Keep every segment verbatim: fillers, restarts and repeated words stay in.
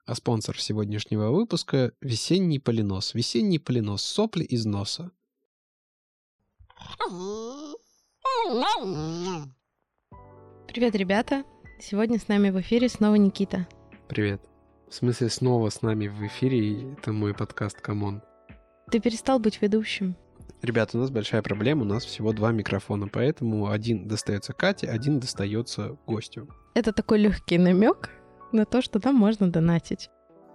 А спонсор сегодняшнего выпуска — весенний поленос. Весенний поленос. Сопли из носа. Привет, ребята! Сегодня с нами в эфире снова Никита. Привет. В смысле, снова с нами в эфире, это мой подкаст «Камон». Ты перестал быть ведущим. Ребята, у нас большая проблема, у нас всего два микрофона, поэтому один достается Кате, один достается гостю. Это такой легкий намек на то, что там можно донатить.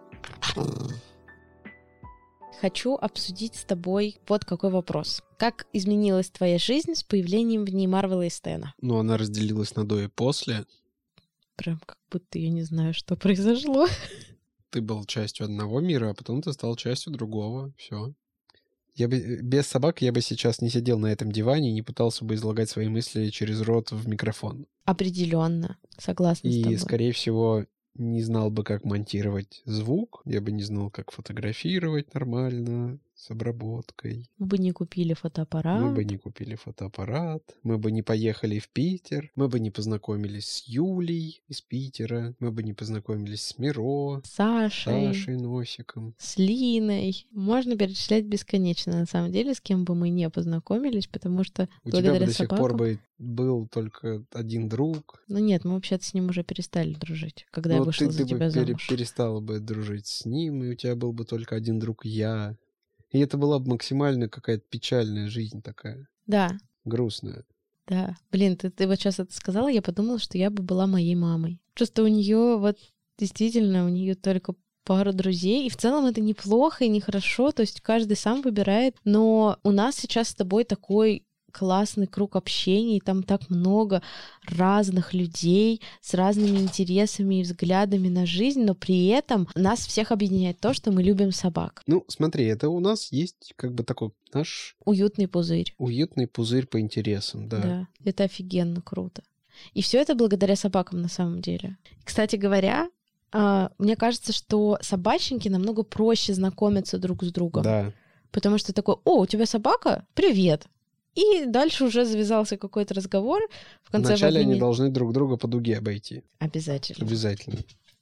Хочу обсудить с тобой вот какой вопрос. Как изменилась твоя жизнь с появлением в ней Марвела и Стэна? Ну, она разделилась на до и после. Прям как будто я не знаю, что произошло. Ты был частью одного мира, а потом ты стал частью другого. Все. Я бы, без собак я бы сейчас не сидел на этом диване и не пытался бы излагать свои мысли через рот в микрофон. Определенно. Согласна с тобой. И, скорее всего, не знал бы, как монтировать звук. Я бы не знал, как фотографировать нормально, с обработкой. Мы бы не купили фотоаппарат. Мы бы не купили фотоаппарат. Мы бы не поехали в Питер. Мы бы не познакомились с Юлей из Питера. Мы бы не познакомились с Миро. С Сашей. Сашей Носиком. С Линой. Можно перечислять бесконечно, на самом деле, с кем бы мы не познакомились, потому что У благодаря тебя бы до сих собакам... пор бы был только один друг. Ну нет, мы вообще-то с ним уже перестали дружить, когда Но я вышла ты, за ты тебя бы пере- замуж. перестала бы дружить с ним, и у тебя был бы только один друг я. И это была бы максимально какая-то печальная жизнь такая. Да, Грустная. да. Блин, ты, ты вот сейчас это сказала, я подумала, что я бы была моей мамой. Просто у нее вот действительно, у нее только пару друзей, и в целом это неплохо и нехорошо, то есть каждый сам выбирает, но у нас сейчас с тобой такой классный круг общения, и там так много разных людей с разными интересами и взглядами на жизнь, но при этом нас всех объединяет то, что мы любим собак. Ну, смотри, это у нас есть как бы такой наш Уютный пузырь. уютный пузырь по интересам, да. Да, это офигенно круто. И все это благодаря собакам на самом деле. Кстати говоря, мне кажется, что собачники намного проще знакомятся друг с другом. Да. Потому что такой: о, у тебя собака? Привет! И дальше уже завязался какой-то разговор. В конце Вначале времени... они должны друг друга по дуге обойти. Обязательно. Обязательно.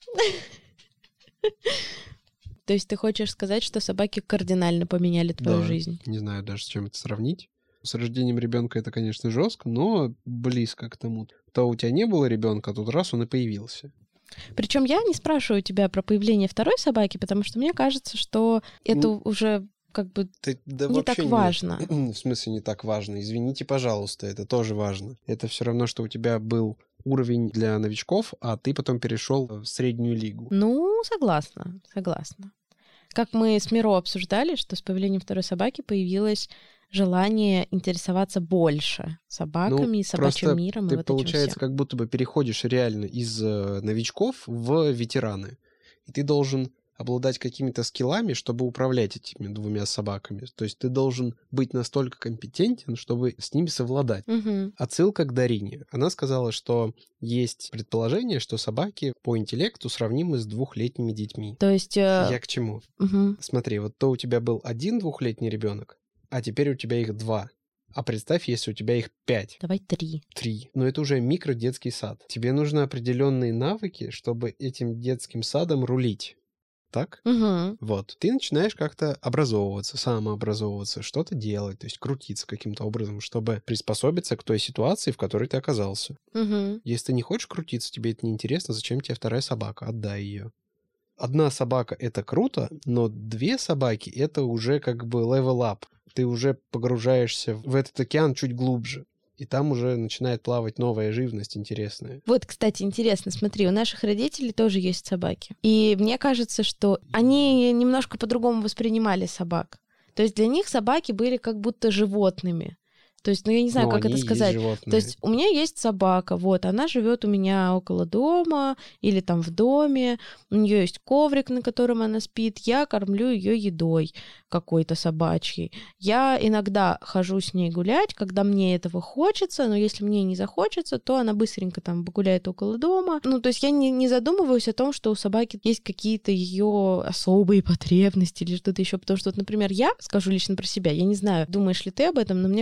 То есть ты хочешь сказать, что собаки кардинально поменяли твою Да. жизнь? Не знаю даже, с чем это сравнить. С рождением ребенка это, конечно, жестко, но близко к тому. То у тебя не было ребенка, а тут раз он и появился. Причем я не спрашиваю тебя про появление второй собаки, потому что мне кажется, что это Ну, уже как бы Ты- да не так вообще важно. В смысле не так важно? Извините, пожалуйста, это тоже важно. Это все равно, что у тебя был уровень для новичков, а ты потом перешел в среднюю лигу. Ну, согласна, согласна. Как мы с Миро обсуждали, что с появлением второй собаки появилось желание интересоваться больше собаками, Ну, собачьим просто миром и ты, вот получается, этим всем. как будто бы переходишь реально из э, новичков в ветераны. И ты должен обладать какими-то скиллами, чтобы управлять этими двумя собаками. То есть ты должен быть настолько компетентен, чтобы с ними совладать. Мгм. Отсылка к Дарине. Она сказала, что есть предположение, что собаки по интеллекту сравнимы с двухлетними детьми. То есть... э, Я к чему? мгм. Смотри, вот то у тебя был один двухлетний ребенок, а теперь у тебя их два. А представь, если у тебя их пять. Давай три. Три. Но это уже микродетский сад. Тебе нужны определенные навыки, чтобы этим детским садом рулить. Так? Мгм. Вот. Ты начинаешь как-то образовываться, самообразовываться, что-то делать, то есть крутиться каким-то образом, чтобы приспособиться к той ситуации, в которой ты оказался. Мгм. Если ты не хочешь крутиться, тебе это неинтересно, зачем тебе вторая собака? Отдай ее. Одна собака — это круто, но две собаки — это уже как бы level up. Ты уже погружаешься в этот океан чуть глубже. И там уже начинает плавать новая живность интересная. Вот, кстати, интересно, смотри, у наших родителей тоже есть собаки. И мне кажется, что они немножко по-другому воспринимали собак. То есть для них собаки были как будто животными. То есть, ну, я не знаю, Но как они это и есть сказать. животные. То есть у меня есть собака, вот, она живет у меня около дома или там в доме, у нее есть коврик, на котором она спит, я кормлю ее едой какой-то собачьей. Я иногда хожу с ней гулять, когда мне этого хочется, но если мне не захочется, то она быстренько там погуляет около дома. Ну, то есть я не, не задумываюсь о том, что у собаки есть какие-то ее особые потребности или что-то еще, потому что, вот, например, я скажу лично про себя, я не знаю, думаешь ли ты об этом, но мне кажется, что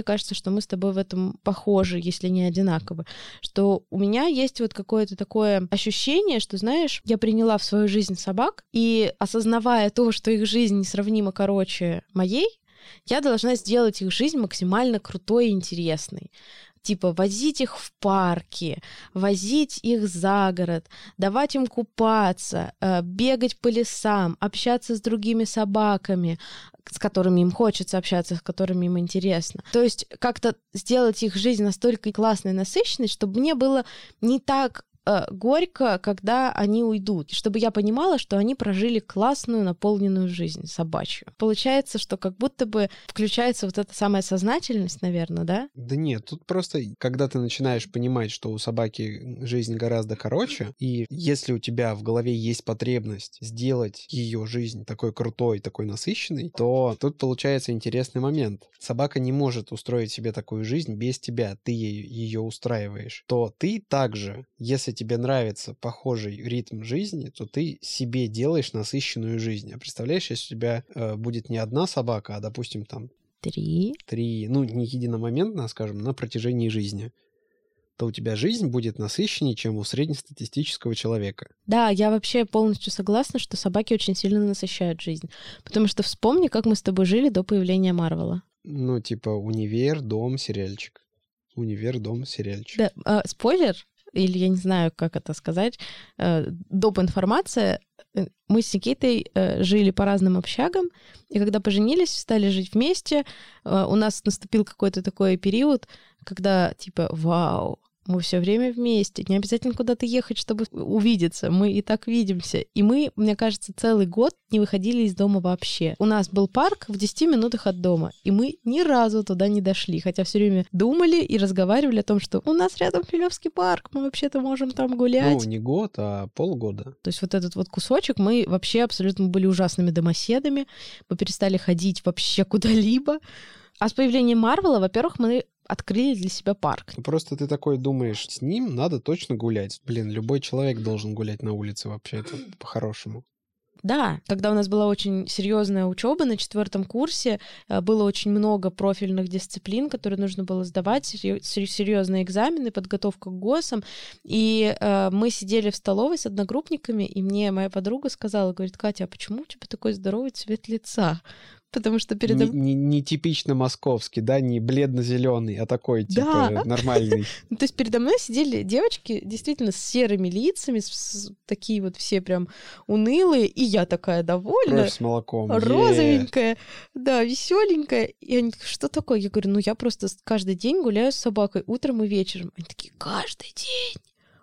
что мы с тобой в этом похожи, если не одинаковы, что у меня есть вот какое-то такое ощущение, что, знаешь, я приняла в свою жизнь собак, и осознавая то, что их жизнь несравнимо короче моей, я должна сделать их жизнь максимально крутой и интересной. Типа возить их в парки, возить их за город, давать им купаться, бегать по лесам, общаться с другими собаками, с которыми им хочется общаться, с которыми им интересно. То есть как-то сделать их жизнь настолько классной и насыщенной, чтобы мне было не так горько, когда они уйдут, чтобы я понимала, что они прожили классную, наполненную жизнь собачью. Получается, что как будто бы включается вот эта самая сознательность, наверное, да? Да нет, тут просто, когда ты начинаешь понимать, что у собаки жизнь гораздо короче, и если у тебя в голове есть потребность сделать ее жизнь такой крутой, такой насыщенной, то тут получается интересный момент. Собака не может устроить себе такую жизнь без тебя, ты ее устраиваешь. То ты также, если тебе нравится похожий ритм жизни, то ты себе делаешь насыщенную жизнь. А представляешь, если у тебя э, будет не одна собака, а, допустим, там... Три. Три, ну, не единомоментно, скажем, на протяжении жизни, то у тебя жизнь будет насыщеннее, чем у среднестатистического человека. Да, я вообще полностью согласна, что собаки очень сильно насыщают жизнь. Потому что вспомни, как мы с тобой жили до появления Марвела. Ну, типа универ, дом, сериальчик. Универ, дом, сериальчик. Да, э, спойлер, или я не знаю, как это сказать, э, доп. Информация. Мы с Никитой э, жили по разным общагам, и когда поженились, стали жить вместе, э, у нас наступил какой-то такой период, когда типа, вау, мы все время вместе, не обязательно куда-то ехать, чтобы увидеться, мы и так видимся. И мы, мне кажется, целый год не выходили из дома вообще. У нас был парк в десяти минутах от дома, и мы ни разу туда не дошли, хотя все время думали и разговаривали о том, что у нас рядом Филевский парк, мы вообще-то можем там гулять. Ну, не год, а полгода. То есть вот этот вот кусочек, мы вообще абсолютно были ужасными домоседами, мы перестали ходить вообще куда-либо. А с появлением Марвела, во-первых, мы открыли для себя парк. Просто ты такой думаешь, с ним надо точно гулять. Блин, любой человек должен гулять на улице вообще, это по-хорошему. Да, когда у нас была очень серьезная учеба на четвертом курсе, было очень много профильных дисциплин, которые нужно было сдавать, серьезные экзамены, подготовка к ГОСам. И э, мы сидели в столовой с одногруппниками, и мне моя подруга сказала, говорит, Катя, а почему у тебя такой здоровый цвет лица? Потому что передо мной... Не, не, не типично московский, да, не бледно-зеленый, а такой, типа, да. нормальный. То есть передо мной сидели девочки действительно с серыми лицами, с, с, такие вот все прям унылые, и я такая довольная. Кровь с молоком. Розовенькая, yeah. Да, веселенькая. И они такие, что такое? Я говорю, ну я просто каждый день гуляю с собакой утром и вечером. Они такие, каждый день?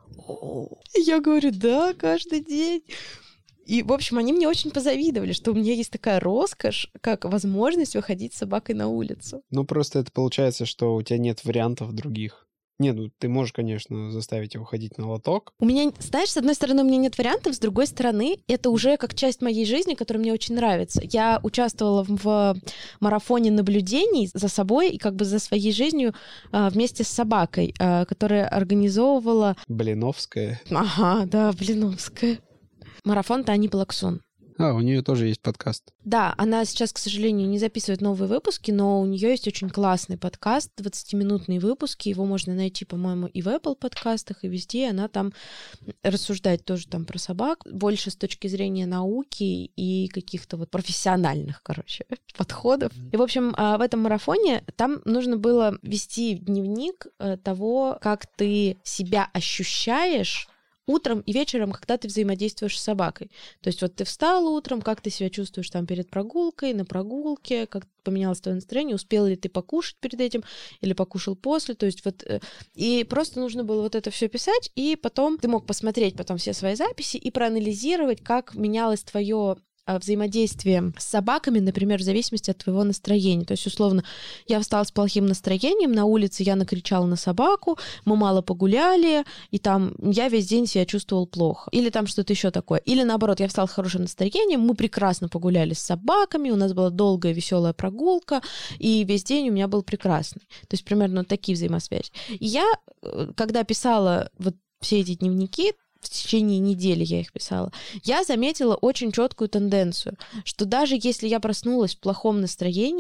О. И я говорю, да, каждый день. И, в общем, они мне очень позавидовали, что у меня есть такая роскошь, как возможность выходить с собакой на улицу. Ну, просто это получается, что у тебя нет вариантов других. Не, ну, ты можешь, конечно, заставить его ходить на лоток. У меня, знаешь, с одной стороны, у меня нет вариантов, с другой стороны, это уже как часть моей жизни, которая мне очень нравится. Я участвовала в марафоне наблюдений за собой и как бы за своей жизнью вместе с собакой, которая организовывала... Блиновская. Ага, да, Блиновская. Марафон Тани Плаксон. А, у нее тоже есть подкаст. Да, она сейчас, к сожалению, не записывает новые выпуски, но у нее есть очень классный подкаст, двадцатиминутные выпуски, его можно найти, по-моему, и в Apple подкастах, и везде. Она там рассуждает тоже там про собак, больше с точки зрения науки и каких-то вот профессиональных, короче, подходов. И, в общем, в этом марафоне там нужно было вести дневник того, как ты себя ощущаешь утром и вечером, когда ты взаимодействуешь с собакой. То есть вот ты встал утром, как ты себя чувствуешь там перед прогулкой, на прогулке, как поменялось твое настроение, успел ли ты покушать перед этим или покушал после. То есть вот... И просто нужно было вот это все писать, и потом ты мог посмотреть потом все свои записи и проанализировать, как менялось твое взаимодействие с собаками, например, в зависимости от твоего настроения. То есть, условно, я встала с плохим настроением, на улице я накричала на собаку, мы мало погуляли, и там я весь день себя чувствовал плохо. Или там что-то еще такое. Или наоборот, я встала с хорошим настроением, мы прекрасно погуляли с собаками, у нас была долгая веселая прогулка, и весь день у меня был прекрасный. То есть, примерно вот такие взаимосвязи. И я, когда писала вот все эти дневники, в течение недели я их писала, я заметила очень четкую тенденцию, что даже если я проснулась в плохом настроении,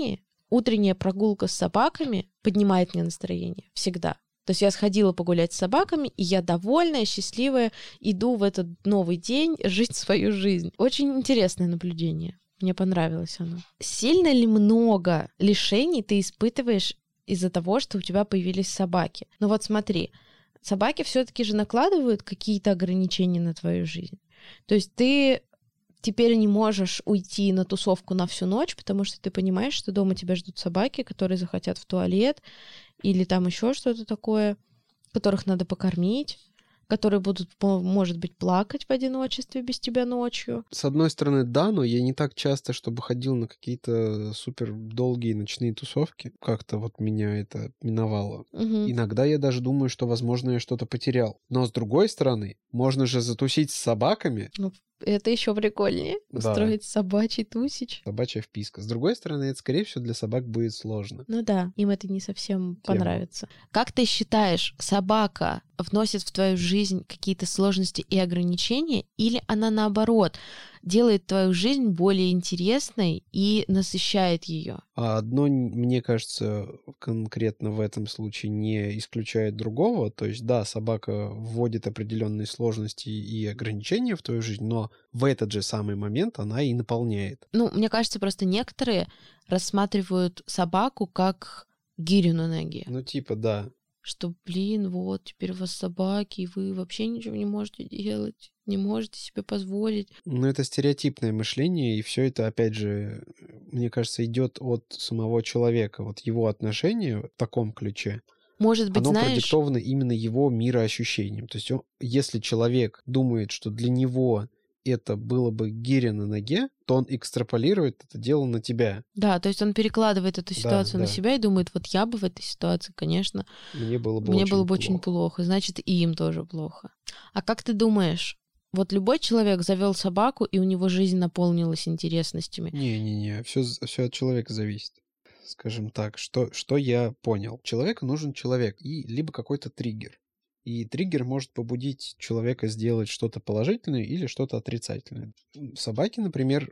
утренняя прогулка с собаками поднимает мне настроение всегда. То есть я сходила погулять с собаками, и я довольная, счастливая, иду в этот новый день жить свою жизнь. Очень интересное наблюдение. Мне понравилось оно. Сильно ли много лишений ты испытываешь из-за того, что у тебя появились собаки? Ну вот смотри, собаки все-таки же накладывают какие-то ограничения на твою жизнь. То есть ты теперь не можешь уйти на тусовку на всю ночь, потому что ты понимаешь, что дома тебя ждут собаки, которые захотят в туалет, или там еще что-то такое, которых надо покормить, которые будут, может быть, плакать в одиночестве без тебя ночью. С одной стороны, да, но я не так часто, чтобы ходил на какие-то супер долгие ночные тусовки. Как-то вот меня это миновало. Угу. Иногда я даже думаю, что, возможно, я что-то потерял. Но с другой стороны, можно же затусить с собаками. Ну, это еще прикольнее. Да. Устроить собачий тусич. Собачья вписка. С другой стороны, это, скорее всего, для собак будет сложно. Ну да, им это не совсем Тема. понравится. Как ты считаешь, собака вносит в твою жизнь какие-то сложности и ограничения, или она, наоборот, делает твою жизнь более интересной и насыщает ее? А одно, мне кажется, конкретно в этом случае не исключает другого. То есть, да, собака вводит определенные сложности и ограничения в твою жизнь, но в этот же самый момент она и наполняет. Ну, мне кажется, просто некоторые рассматривают собаку как гирю на ноге. Ну, типа, да. Что, блин, вот, теперь у вас собаки, и вы вообще ничего не можете делать, не можете себе позволить. Ну, это стереотипное мышление, и все это, опять же, мне кажется, идет от самого человека. Вот его отношение в таком ключе, Может быть, оно знаешь... продиктовано именно его мироощущением. То есть, он, если человек думает, что для него это было бы гиря на ноге, то он экстраполирует это дело на тебя. Да, то есть он перекладывает эту ситуацию да, на да. себя и думает, вот я бы в этой ситуации, конечно, мне было бы, мне очень, было бы плохо. очень плохо, значит, и им тоже плохо. А как ты думаешь, вот любой человек завел собаку, и у него жизнь наполнилась интересностями? Не-не-не, все, все от человека зависит. Скажем так, что, что я понял. Человеку нужен человек и либо какой-то триггер. И триггер может побудить человека сделать что-то положительное или что-то отрицательное. Собаки, например,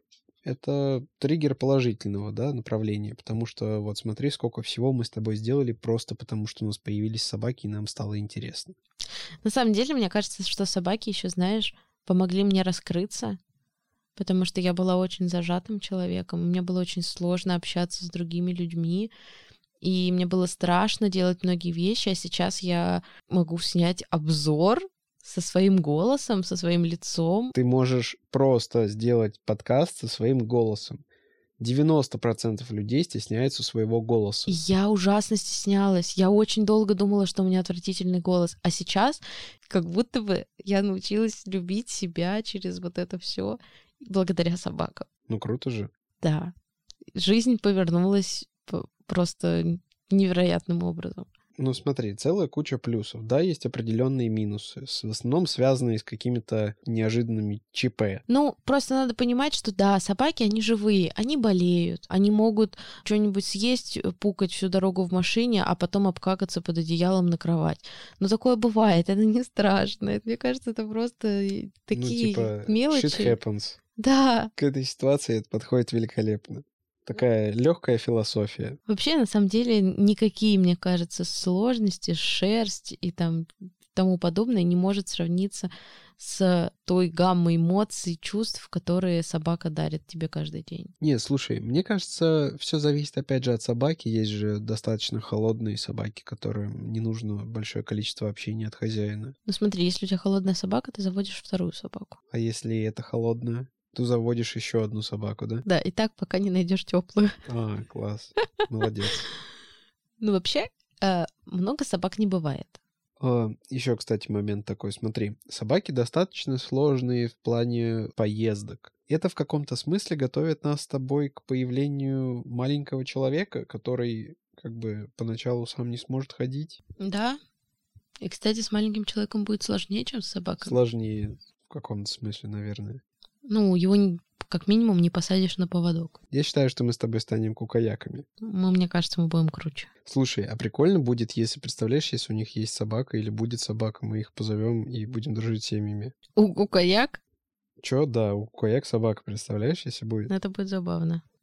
это триггер положительного, да, направления, потому что вот смотри, сколько всего мы с тобой сделали просто потому, что у нас появились собаки, и нам стало интересно. На самом деле, мне кажется, что собаки еще, знаешь, помогли мне раскрыться, потому что я была очень зажатым человеком, мне было очень сложно общаться с другими людьми, и мне было страшно делать многие вещи, а сейчас я могу снять обзор со своим голосом, со своим лицом. Ты можешь просто сделать подкаст со своим голосом. девяносто процентов людей стесняются своего голоса. И я ужасно стеснялась. Я очень долго думала, что у меня отвратительный голос. А сейчас как будто бы я научилась любить себя через вот это все благодаря собакам. Ну, круто же. Да. Жизнь повернулась просто невероятным образом. Ну, смотри, целая куча плюсов. Да, есть определенные минусы, в основном связанные с какими-то неожиданными ЧП. Ну, просто надо понимать, что да, собаки, они живые, они болеют, они могут что-нибудь съесть, пукать всю дорогу в машине, а потом обкакаться под одеялом на кровать. Но такое бывает, это не страшно. Мне кажется, это просто такие ну, типа, мелочи. Shit happens. Да. К этой ситуации это подходит великолепно. Такая легкая философия. Вообще, на самом деле, никакие, мне кажется, сложности, шерсть и там тому подобное не может сравниться с той гаммой эмоций, чувств, которые собака дарит тебе каждый день. Не, слушай, мне кажется, все зависит опять же от собаки. Есть же достаточно холодные собаки, которым не нужно большое количество общения от хозяина. Ну смотри, если у тебя холодная собака, ты заводишь вторую собаку. А если это холодная? Ты заводишь еще одну собаку, да? Да, и так, пока не найдешь теплую. А, класс. Молодец. Ну, вообще, много собак не бывает. Еще, кстати, момент такой. Смотри, собаки достаточно сложные в плане поездок. Это в каком-то смысле готовит нас с тобой к появлению маленького человека, который как бы поначалу сам не сможет ходить. Да. И, кстати, с маленьким человеком будет сложнее, чем с собакой. Сложнее в каком-то смысле, наверное. Ну, его как минимум не посадишь на поводок. Я считаю, что мы с тобой станем кукаяками. Мы, мне кажется, мы будем круче. Слушай, а прикольно будет, если, представляешь, если у них есть собака или будет собака, мы их позовем и будем дружить семьями. У кукаяк? Чё, да, у кукаяк собака, представляешь, если будет? Это будет забавно.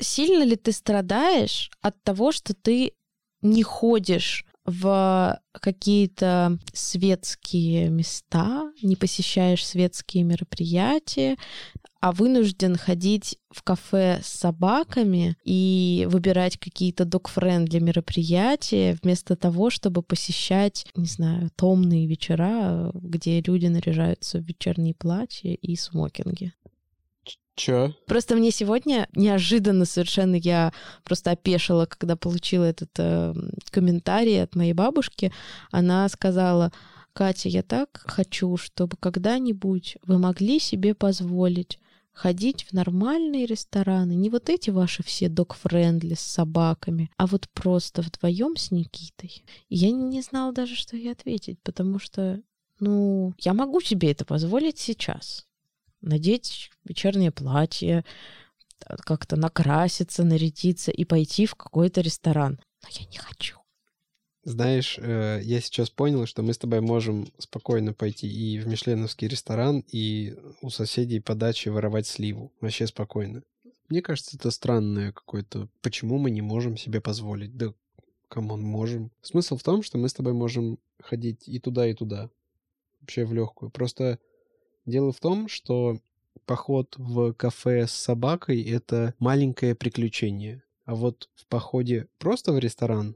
сильно ли ты страдаешь от того, что ты не ходишь в какие-то светские места, не посещаешь светские мероприятия, а вынужден ходить в кафе с собаками и выбирать какие-то dog-friendly мероприятия вместо того, чтобы посещать, не знаю, томные вечера, где люди наряжаются в вечерние платья и смокинги? Чё? Просто мне сегодня неожиданно совершенно я просто опешила, когда получила этот э, комментарий от моей бабушки. Она сказала: Катя, я так хочу, чтобы когда-нибудь вы могли себе позволить ходить в нормальные рестораны, не вот эти ваши все dog-friendly с собаками, а вот просто вдвоем с Никитой. И я не знала даже, что ей ответить, потому что, ну, я могу себе это позволить сейчас. Надеть вечернее платье, как-то накраситься, нарядиться и пойти в какой-то ресторан. Но я не хочу. Знаешь, я сейчас понял, что мы с тобой можем спокойно пойти и в мишленовский ресторан, и у соседей по даче воровать сливу. Вообще спокойно. Мне кажется, это странное какое-то... Почему мы не можем себе позволить? Да, камон, можем. Смысл в том, что мы с тобой можем ходить и туда, и туда. Вообще в легкую. Просто дело в том, что поход в кафе с собакой — это маленькое приключение. А вот в походе просто в ресторан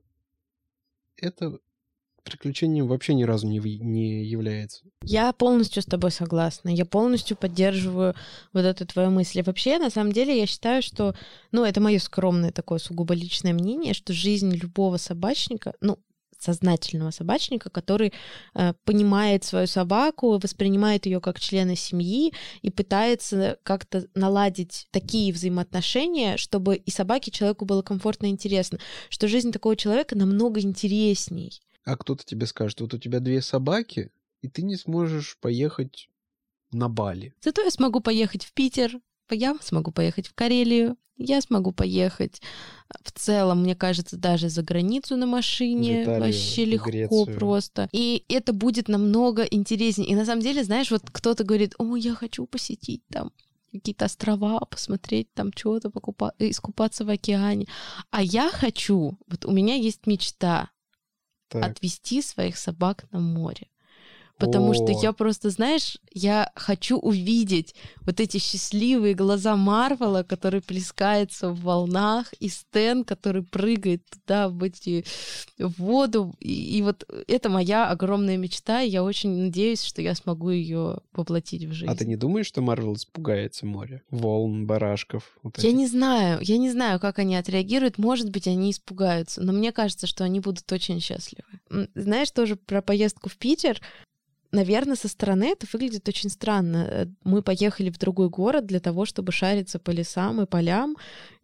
это приключением вообще ни разу не, не является. Я полностью с тобой согласна. Я полностью поддерживаю вот эту твою мысль. И вообще, на самом деле, я считаю, что... Ну, это мое скромное такое сугубо личное мнение, что жизнь любого собачника... Ну, сознательного собачника, который э, понимает свою собаку, воспринимает ее как члена семьи и пытается как-то наладить такие взаимоотношения, чтобы и собаке, и человеку было комфортно и интересно, что жизнь такого человека намного интересней. А кто-то тебе скажет: вот у тебя две собаки, и ты не сможешь поехать на Бали. Зато я смогу поехать в Питер, я смогу поехать в Карелию, я смогу поехать в целом, мне кажется, даже за границу на машине. Италию, вообще легко Грецию. Просто. И это будет намного интереснее. И на самом деле, знаешь, вот кто-то говорит: о, я хочу посетить там какие-то острова, посмотреть там что-то, покупа... искупаться в океане. А я хочу, вот у меня есть мечта так. отвезти своих собак на море. Потому О. что я просто, знаешь, я хочу увидеть вот эти счастливые глаза Марвела, который плескается в волнах, и Стэн, который прыгает туда, в эти в воду. И, и вот это моя огромная мечта, и я очень надеюсь, что я смогу ее воплотить в жизнь. А ты не думаешь, что Марвел испугается моря? Волн, барашков? Вот я не знаю. Я не знаю, как они отреагируют. Может быть, они испугаются. Но мне кажется, что они будут очень счастливы. Знаешь, тоже про поездку в Питер. Наверное, со стороны это выглядит очень странно. Мы поехали в другой город для того, чтобы шариться по лесам и полям,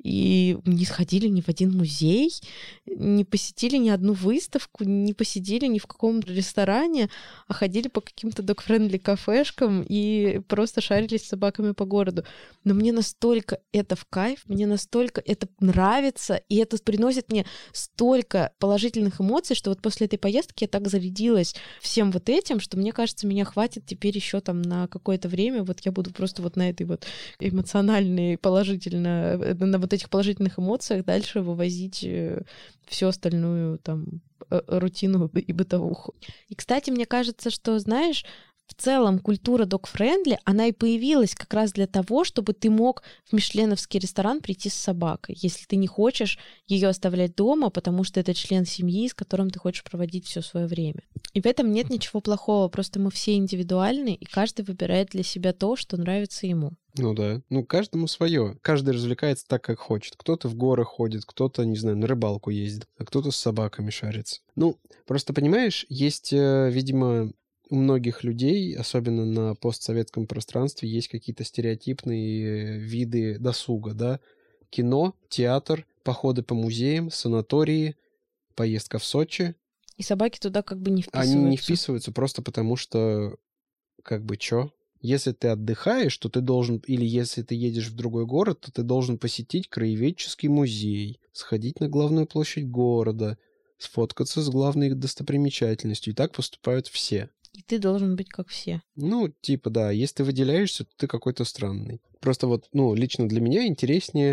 и не сходили ни в один музей, не посетили ни одну выставку, не посидели ни в каком ресторане, а ходили по каким-то dog-friendly кафешкам и просто шарились с собаками по городу. Но мне настолько это в кайф, мне настолько это нравится, и это приносит мне столько положительных эмоций, что вот после этой поездки я так зарядилась всем вот этим, что мне кажется, меня хватит теперь еще там на какое-то время. Вот я буду просто вот на этой вот эмоциональной, положительно, на вот этих положительных эмоциях дальше вывозить всю остальную там рутину и бытовуху. И, кстати, мне кажется, что, знаешь, в целом культура dog-friendly, она и появилась как раз для того, чтобы ты мог в мишленовский ресторан прийти с собакой, если ты не хочешь ее оставлять дома, потому что это член семьи, с которым ты хочешь проводить все свое время. И в этом нет ничего плохого, просто мы все индивидуальны, и каждый выбирает для себя то, что нравится ему. Ну да. Ну, каждому свое. Каждый развлекается так, как хочет. Кто-то в горы ходит, кто-то, не знаю, на рыбалку ездит, а кто-то с собаками шарится. Ну, просто понимаешь, есть, видимо, у многих людей, особенно на постсоветском пространстве, есть какие-то стереотипные виды досуга, да? Кино, театр, походы по музеям, санатории, поездка в Сочи. И собаки туда как бы не вписываются. Они не вписываются просто потому, что как бы чё? Если ты отдыхаешь, то ты должен, или если ты едешь в другой город, то ты должен посетить краеведческий музей, сходить на главную площадь города, сфоткаться с главной достопримечательностью. И так поступают все. И ты должен быть как все. Ну, типа, да. Если ты выделяешься, то ты какой-то странный. Просто вот, ну, лично для меня интереснее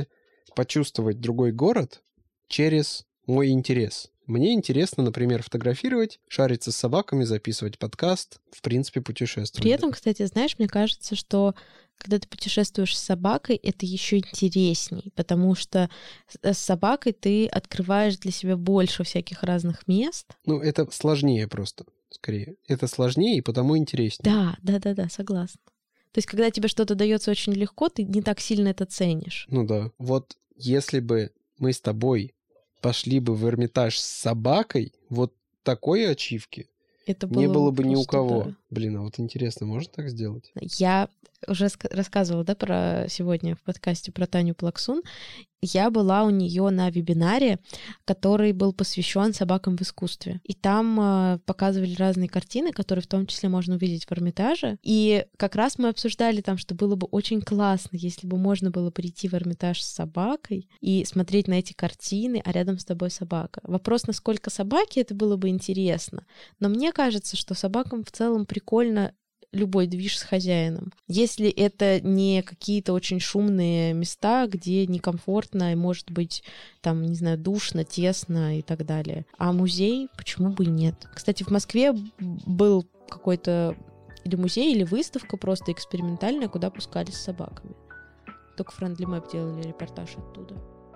почувствовать другой город через мой интерес. Мне интересно, например, фотографировать, шариться с собаками, записывать подкаст, в принципе, путешествовать. При этом, кстати, знаешь, мне кажется, что когда ты путешествуешь с собакой, это еще интересней, потому что с собакой ты открываешь для себя больше всяких разных мест. Ну, это сложнее просто, скорее. Это сложнее и потому интереснее. Да, да, да, да, согласна. То есть, когда тебе что-то дается очень легко, ты не так сильно это ценишь. Ну да. Вот если бы мы с тобой пошли бы в Эрмитаж с собакой, вот такой ачивки это было не было бы ни у просто, кого. да. Блин, а вот интересно, можно так сделать? Я уже ска- рассказывала, да, про сегодня в подкасте про Таню Плаксун. Я была у нее на вебинаре, который был посвящен собакам в искусстве. И там э, показывали разные картины, которые в том числе можно увидеть в Эрмитаже. И как раз мы обсуждали там, что было бы очень классно, если бы можно было прийти в Эрмитаж с собакой и смотреть на эти картины, а рядом с тобой собака. Вопрос, насколько собаке это было бы интересно. Но мне кажется, что собакам в целом прикольно любой движ с хозяином. Если это не какие-то очень шумные места, где некомфортно и может быть там, не знаю, душно, тесно и так далее. А музей, почему бы и нет? Кстати, в Москве был какой-то или музей, или выставка просто экспериментальная, куда пускались с собаками. Только Friendly Map делали репортаж оттуда.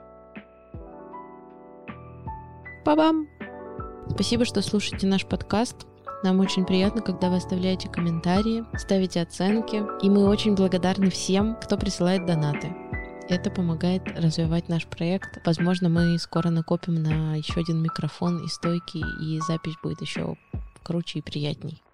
Па-бам! Спасибо, что слушаете наш подкаст. Нам очень приятно, когда вы оставляете комментарии, ставите оценки, и мы очень благодарны всем, кто присылает донаты. Это помогает развивать наш проект. Возможно, мы скоро накопим на еще один микрофон и стойки, и запись будет еще круче и приятней.